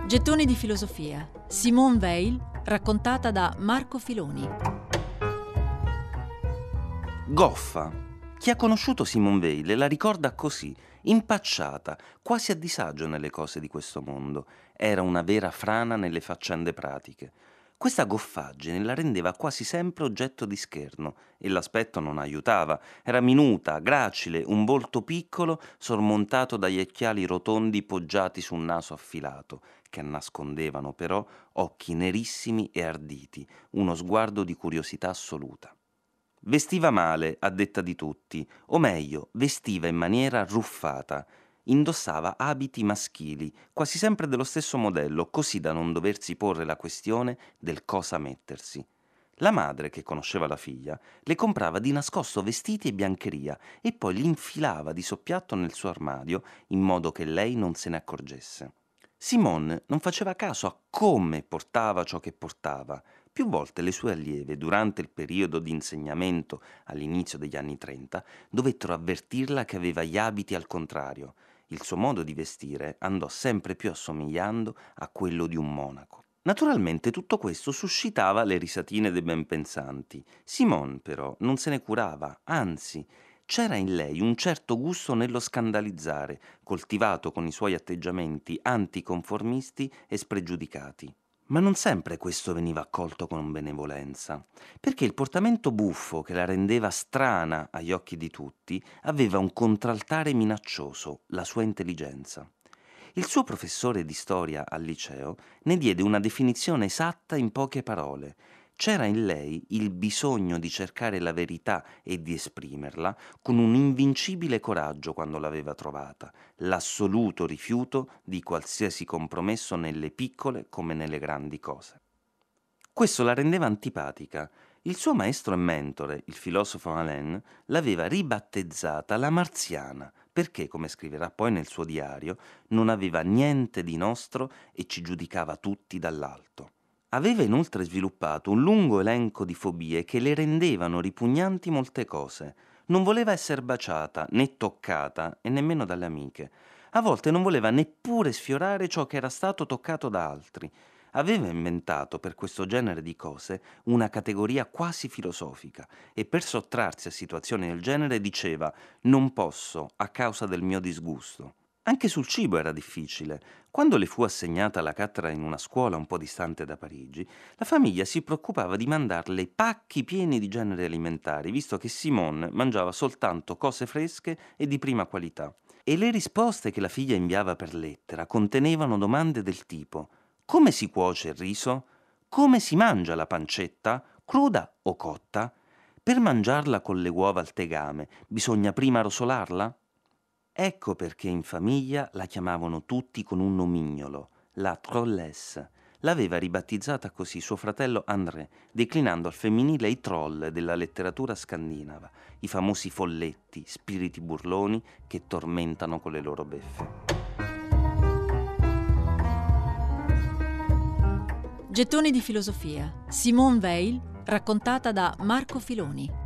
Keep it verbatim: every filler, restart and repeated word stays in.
Gettoni di filosofia. Simone Weil, raccontata da Marco Filoni. Goffa. Chi ha conosciuto Simone Weil la ricorda così, impacciata, quasi a disagio nelle cose di questo mondo. Era una vera frana nelle faccende pratiche. Questa goffaggine la rendeva quasi sempre oggetto di scherno e l'aspetto non aiutava. Era minuta, gracile, un volto piccolo sormontato dagli occhiali rotondi poggiati su un naso affilato, che nascondevano però occhi nerissimi e arditi, uno sguardo di curiosità assoluta. Vestiva male, a detta di tutti, o meglio, vestiva in maniera arruffata. Indossava abiti maschili, quasi sempre dello stesso modello, così da non doversi porre la questione del cosa mettersi. La madre, che conosceva la figlia, le comprava di nascosto vestiti e biancheria e poi li infilava di soppiatto nel suo armadio in modo che lei non se ne accorgesse. Simone non faceva caso a come portava ciò che portava. Più volte le sue allieve, durante il periodo di insegnamento all'inizio degli anni trenta, dovettero avvertirla che aveva gli abiti al contrario. Il suo modo di vestire andò sempre più assomigliando a quello di un monaco. Naturalmente tutto questo suscitava le risatine dei benpensanti. Simone, però, non se ne curava, anzi, c'era in lei un certo gusto nello scandalizzare, coltivato con i suoi atteggiamenti anticonformisti e spregiudicati. Ma non sempre questo veniva accolto con benevolenza, perché il portamento buffo che la rendeva strana agli occhi di tutti aveva un contraltare minaccioso, la sua intelligenza. Il suo professore di storia al liceo ne diede una definizione esatta in poche parole. C'era in lei il bisogno di cercare la verità e di esprimerla con un invincibile coraggio quando l'aveva trovata, l'assoluto rifiuto di qualsiasi compromesso nelle piccole come nelle grandi cose. Questo la rendeva antipatica. Il suo maestro e mentore, il filosofo Alain, l'aveva ribattezzata la marziana, perché, come scriverà poi nel suo diario, non aveva niente di nostro e ci giudicava tutti dall'alto. Aveva inoltre sviluppato un lungo elenco di fobie che le rendevano ripugnanti molte cose. Non voleva essere baciata, né toccata, e nemmeno dalle amiche. A volte non voleva neppure sfiorare ciò che era stato toccato da altri. Aveva inventato per questo genere di cose una categoria quasi filosofica e per sottrarsi a situazioni del genere diceva «non posso a causa del mio disgusto». Anche sul cibo era difficile. Quando le fu assegnata la cattedra in una scuola un po' distante da Parigi, la famiglia si preoccupava di mandarle pacchi pieni di generi alimentari, visto che Simone mangiava soltanto cose fresche e di prima qualità. E le risposte che la figlia inviava per lettera contenevano domande del tipo: come si cuoce il riso? Come si mangia la pancetta? Cruda o cotta? Per mangiarla con le uova al tegame bisogna prima rosolarla? Ecco perché in famiglia la chiamavano tutti con un nomignolo, la trollesse. L'aveva ribattezzata così suo fratello André, declinando al femminile i troll della letteratura scandinava, i famosi folletti, spiriti burloni che tormentano con le loro beffe. Gettoni di filosofia. Simone Weil, raccontata da Marco Filoni.